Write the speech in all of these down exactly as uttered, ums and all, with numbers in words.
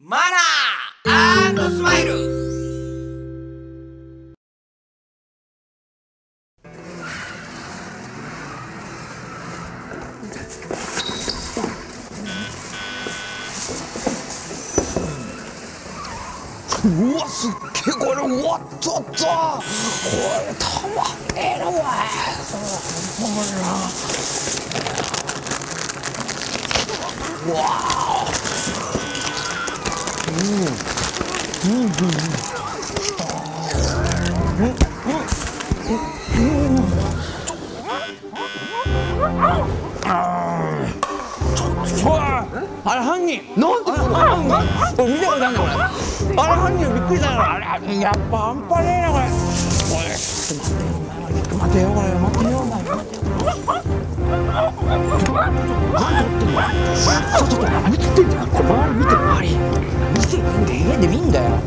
マナー&スマイル。 うわ、すっげえこれ、うわっとっとこれたまんねえなおい。うわあ、うんうんうんあれ犯人なんでこれ犯人これ見たことあるんだこれ。あれ犯人びっくりしたよ。あれやっぱ半端ねえなこれ。これちょっと待ってよこれ待ってよ待ってよちょっと何撮ってんだよ。これ周り見て周り見て見んで家で見んだよ。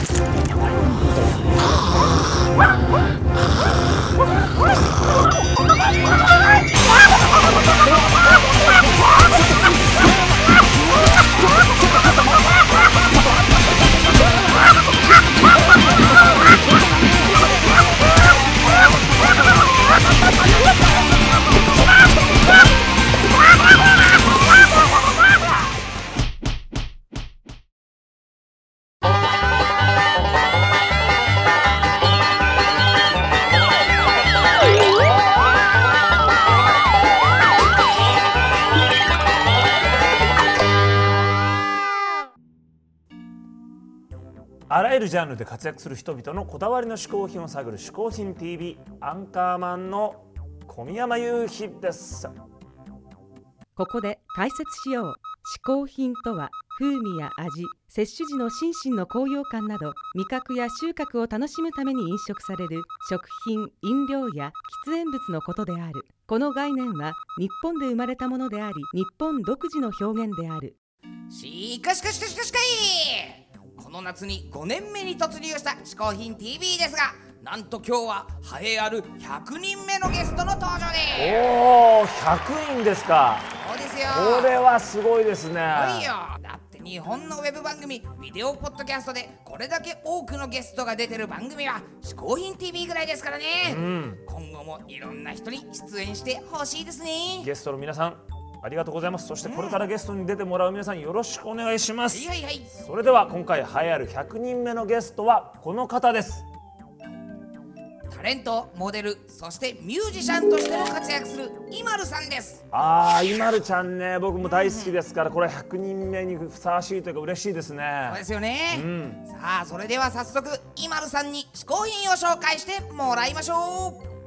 あらゆるジャンルで活躍する人々のこだわりの嗜好品を探る嗜好品 ティービー アンカーマンの小宮山雄飛です。 ここで解説しよう。嗜好品とは風味や味、摂取時の心身の高揚感など味覚や収穫を楽しむために飲食される食品、飲料や喫煙物のことである。この概念は日本で生まれたものであり、日本独自の表現である。 しかしかしかしかしかいこの夏にごねんめに突入した嗜好品 ティービー ですが、なんと今日は栄えあるひゃくにんめのゲストの登場です。 おお、ひゃくにんですか。 そうですよ。 これはすごいですね。 すごいよ。だって日本のウェブ番組、ビデオポッドキャストでこれだけ多くのゲストが出てる番組は嗜好品 ティービー ぐらいですからね、うん、今後もいろんな人に出演してほしいですね。 ゲストの皆さんありがとうございます。そしてこれからゲストに出てもらう皆さんよろしくお願いします。 はいはいはい。 それでは今回栄えあるひゃくにんめのゲストはこの方です。 タレント、モデル、そしてミュージシャンとしても活躍するIMALUさんです。 あー、IMALUちゃんね、僕も大好きですから、これひゃくにんめにふさわしいというか嬉しいですね。 そうですよね、 うん、 さあそれでは早速IMALUさんに嗜好品を紹介してもらいましょう。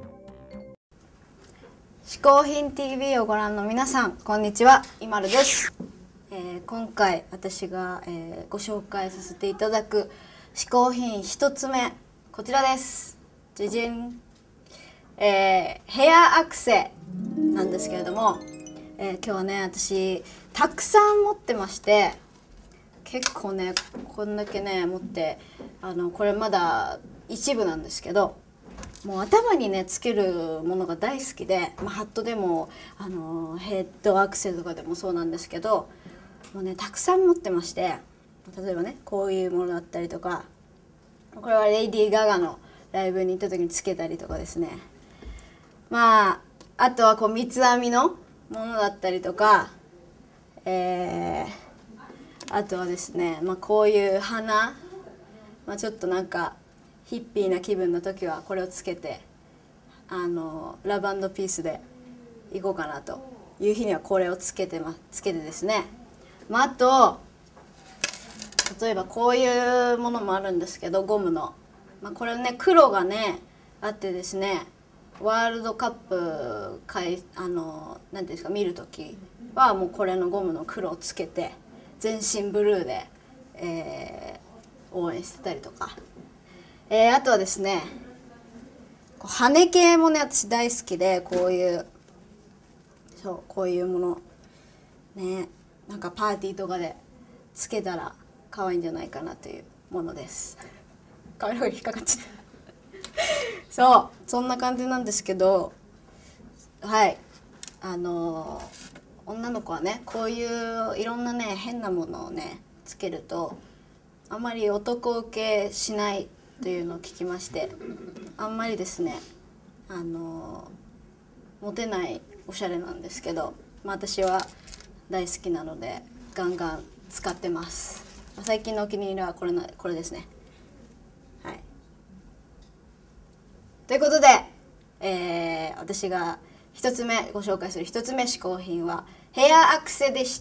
嗜好品 ティービー をご覧の皆さん、こんにちは、IMALUです。えー、今回私が、えー、ご紹介させていただく嗜好品一つ目、こちらです。じじん、えー、ヘアアクセなんですけれども、えー、今日はね私たくさん持ってまして、結構ねこんだけね持って、あのこれまだ一部なんですけど、もう頭にねつけるものが大好きで、まあ、ハットでもあのヘッドアクセとかでもそうなんですけど、もうねたくさん持ってまして、例えばねこういうものだったりとか、これはレイディー・ガガのライブに行った時につけたりとかですね、まああとはこう三つ編みのものだったりとか、えー、あとはですね、まあ、こういう花、まあ、ちょっとなんかヒッピーな気分の時はこれをつけて、あのラブ&ピースで行こうかなという日にはこれをつけて、ま、つけてですね、まあ、あと例えばこういうものもあるんですけど、ゴムの、まあ、これね黒がねあってですね、ワールドカップかいあのなんていうんですか、見る時はもうこれのゴムの黒をつけて全身ブルーで、えー、応援してたりとか、えー、あとはですね、羽系もね私大好きで、こういうそうこういうものね、なんかパーティーとかでつけたら可愛いんじゃないかなというものです。カメラが引っかかっちゃったそうそんな感じなんですけど、はいあのー、女の子はねこういういろんなね変なものをねつけるとあまり男受けしないというのを聞きまして、あんまりですねあのモテないおしゃれなんですけど、まあ、私は大好きなのでガンガン使ってます。最近のお気に入りはこれなこれですね。はい、ということで、えー、私が一つ目ご紹介する一つ目試行品はヘアアクセでした。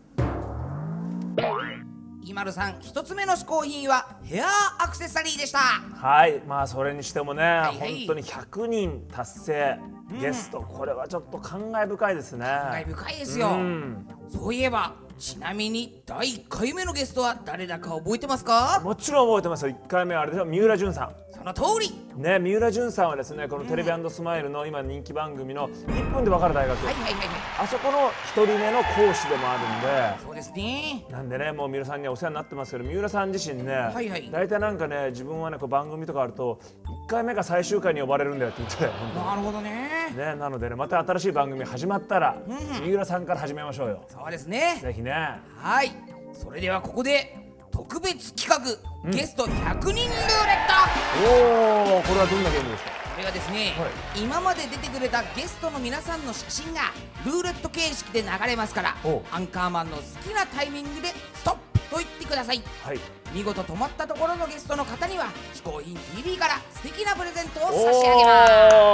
イマルさん、一つ目の試行品はヘアアクセサリーでした。 はい、まあそれにしてもね、 いはい、 本当にひゃくにん達成、うん、ゲスト、これはちょっと感慨深いですね。 感慨深いですよ、うん、そういえばちなみにだいいっかいめのゲストは誰だか覚えてますか？ もちろん覚えてますよ。いっかいめはあれでしょ、三浦淳さん。 その通りね、三浦淳さんはですね、このテレビ&スマイルの今人気番組のいっぷんでわかる大学、 はいはいはいはい、 あそこのひとりめの講師でもあるんで、 そうですね、 なんでね、もう三浦さんにはお世話になってますけど、三浦さん自身ね、 はいはい、 大体なんかね、自分はねこう番組とかあるといっかいめが最終回に呼ばれるんだよって言って、 なるほどね。 ね、なのでね、また新しい番組始まったら、うん、三浦さんから始めましょうよ。 そうですね、 ぜひね。 はい、それではここで特別企画、うん、ゲストひゃくにんルーレット。おお、これはどんなゲームですか？ これがですね、 はい、 今まで出てくれたゲストの皆さんの写真がルーレット形式で流れますから、アンカーマンの好きなタイミングでストップと言ってください。 はい、 見事止まったところのゲストの方には嗜好品 ティービー から素敵なプレゼントを差し上げます。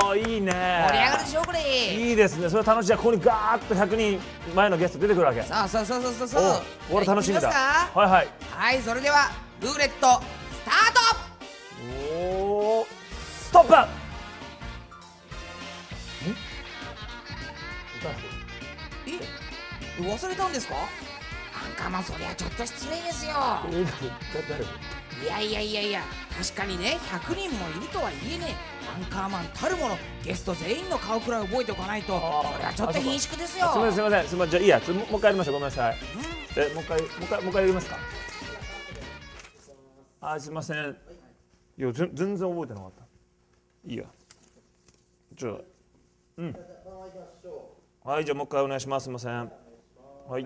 おー、いいね。 盛り上がるでしょうこれ。 いいですね、それは楽しい。じゃあここにガーッとひゃくにんまえのゲスト出てくるわけ。 そうそうそうそうそう。 これ楽しみだ。はいはいはい、それではルーレットスタート。 おー、ストップ。 え、忘れたんですか？アンカーマン、そりゃちょっと失礼ですよ。いやいやいやいや、確かにね、ひゃくにんもいるとはいえね、アンカーマンたるものゲスト全員の顔くらい覚えておかないと、これはちょっと貧縮ですよ。 すみませんすみません、すみません、じゃあいいや、もう一回やりましょう。ごめんなさい。え、もう一回もう一回もう一回やりますか？あ、すみません。いや、全然覚えてなかった。いいや。じゃあ、うん。はい、じゃあもう一回お願いします。すみません。はい。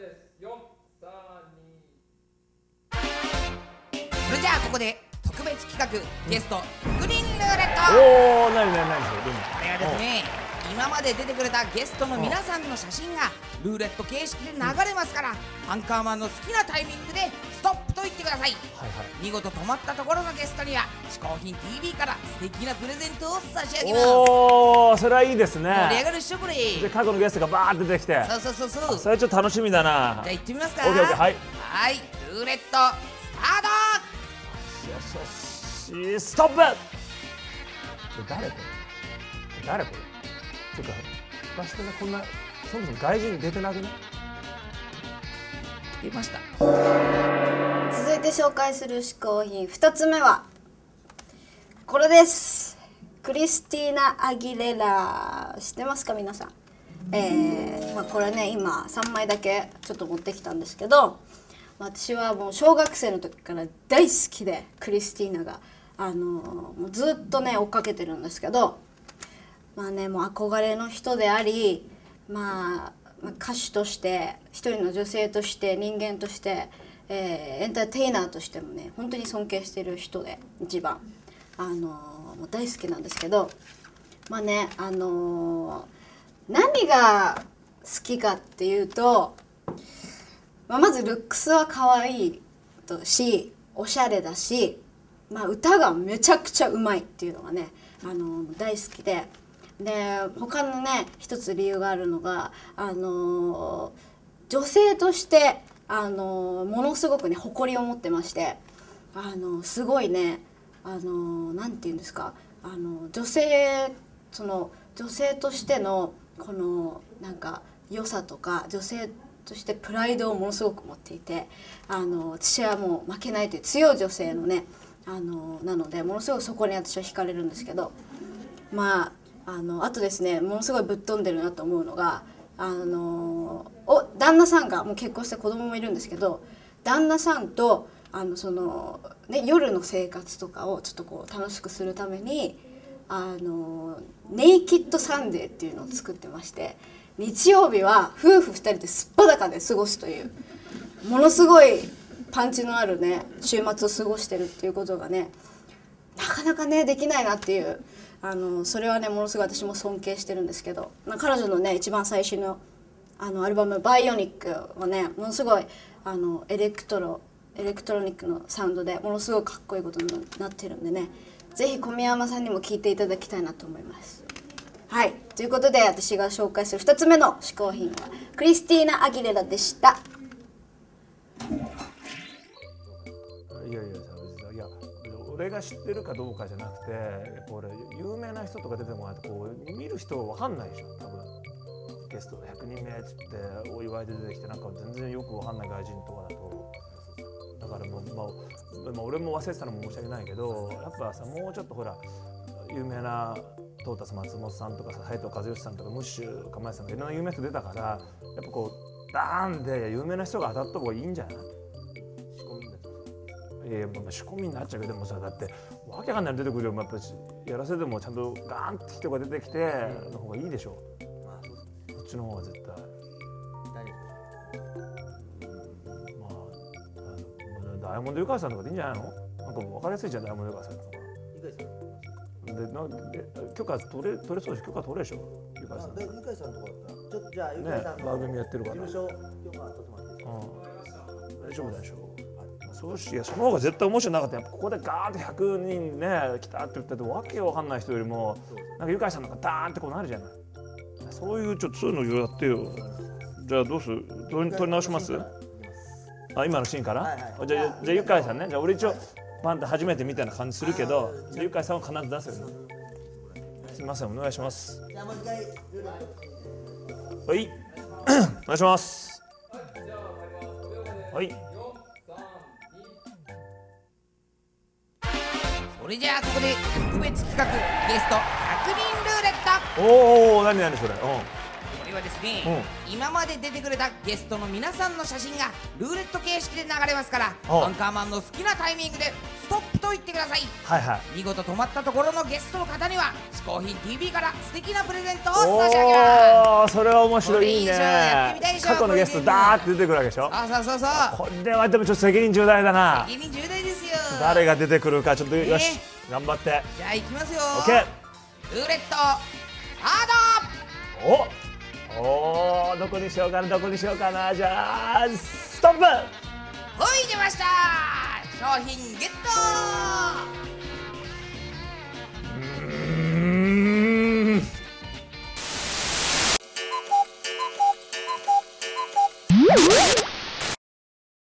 それじゃあここで特別企画、ゲストひゃくにんルーレット。 おお、なになになにそれ。 これはですね、今まで出てくれたゲストの皆さんの写真がルーレット形式で流れますから、アンカーマンの好きなタイミングでストップと言ってください。はいはい、見事止まったところのゲストには嗜好品 ティービー から素敵なプレゼントを差し上げます。 おお、それはいいですね。 盛り上がるっしょこれ。 で、過去のゲストがバーって出てきて。 そうそうそうそう。 それちょっと楽しみだな。 じゃあ行ってみますか。 オッケーオッケー、はい。 はい、ルーレットスタート。 よしよし、ストップ。誰これ？誰これ？ちょっと私ね、こんなそもそも外人出てなくね？ 出ました。 続いて紹介する嗜好品ふたつめはこれです。クリスティーナ・アギレラ、知ってますか皆さん？えーまあ、これね、今さんまいだけちょっと持ってきたんですけど、私はもう小学生の時から大好きで、クリスティーナがあのもうずっとね追っかけてるんですけど、まあね、もう憧れの人であり、まあ、まあ歌手として一人の女性として人間として、えー、エンターテイナーとしてもね本当に尊敬している人で一番あのもう大好きなんですけど、まあねあの何が好きかっていうと、まあ、まずルックスは可愛いとし、おしゃれだし、まあ、歌がめちゃくちゃうまいっていうのがねあの大好きで、で他のね一つ理由があるのが、あの女性としてあのものすごくね誇りを持ってまして、あのすごいねあのなんて言うんですか、あの女性その女性としてのこのなんか良さとか、女性としてプライドをものすごく持っていて、あの私はもう負けないという強い女性のねあのなので、ものすごくそこに私は惹かれるんですけど、まああのあとですね、ものすごいぶっ飛んでるなと思うのが、あのお旦那さんがもう結婚して子供もいるんですけど、旦那さんとあのその、ね、夜の生活とかをちょっとこう楽しくするために、あのネイキッドサンデーっていうのを作ってまして、日曜日は夫婦ふたりですっぱだかで過ごすという、 ものすごいパンチのあるね週末を過ごしてるっていうことがねなかなかねできないなっていう、あのそれはねものすごい私も尊敬してるんですけど、まあ、彼女のね一番最新のあのアルバム「バイオニック」はねものすごいあのエレクトロエレクトロニックのサウンドでものすごいかっこいいことになってるんでね、ぜひ小宮山さんにも聴いていただきたいなと思います。はい、ということで私が紹介するふたつめの嗜好品はクリスティーナ・アギレラでした。 いやいやいや俺が知ってるかどうかじゃなくて、やっぱ俺有名な人とか出てもらってこう見る人わかんないでしょ多分。ゲストひゃくにんめっつってお祝いで出てきてなんか全然よくわかんない外人とかだと、だからもう、まあ、まあ俺も忘れてたのも申し訳ないけど、やっぱさもうちょっとほら有名なトータス松本さんとかさ斉藤和義さんとかムッシュかまやさんとかいろんな有名な人出たから、やっぱこうダーンで有名な人が当たった方がいいんじゃない？仕込みになっちゃう。いやいや、まあ、仕込みになっちゃうけどでもさ、だってわけわかんないの出てくるよ。やっぱやらせてもちゃんとガーンって人が出てきての方がいいでしょ。こっちの方が絶対。まあダイヤモンドユカイさんとかでいいんじゃないの？なんか分かりやすいじゃんダイヤモンドユカイさんとか。でなで許可取れ取れそうでしょ。許可取れでしょ。ユカイさん。 ユカイさんとこだったらちょっとじゃあユカイさんね番組やってるから。 事務所許可取ってもらっていいですか？ うん、大丈夫でしょ。そうしいやその方が絶対面白いなかった。やっぱここでガーンってひゃくにんね来たって言ったってわけわかんない人よりもなんかユカイさんなんかダーンってこうなるじゃない。そういうちょっとそういうのやってよ。じゃあどうする？取り取り直します？あ今のシーンから？ はいはい、 じゃあじゃあユカイさんね。じゃあ俺一応パンって初めてみたいな感じするけど、じゃあユカイさんは必ず出すよね。すみませんお願いします。 じゃあもう一回はいお願いします。はい。 それじゃあここで特別企画ゲストひゃくにんルーレット。 おお何何それ。うん。 これはですね、今まで出てくれたゲストの皆さんの写真がルーレット形式で流れますから、アンカーマンの好きなタイミングでストップと言ってください。 はいはい。 見事止まったところのゲストの方には嗜好品 ティービー から素敵なプレゼントを差し上げます。 おおそれは面白い。いいね。 やってみたいでしょ。 過去のゲストダーって出てくるわけでしょ。 あそうそうそう。 これはでもちょっと責任重大だな。 責任重大ですよ。 誰が出てくるかちょっとよし、 ね、 頑張って。 じゃあ行きますよ。 オッケー。 ルーレットハード。 おおーどこにしようかなどこにしようかな。じゃあストップ。 ほい出ました。商品ゲット。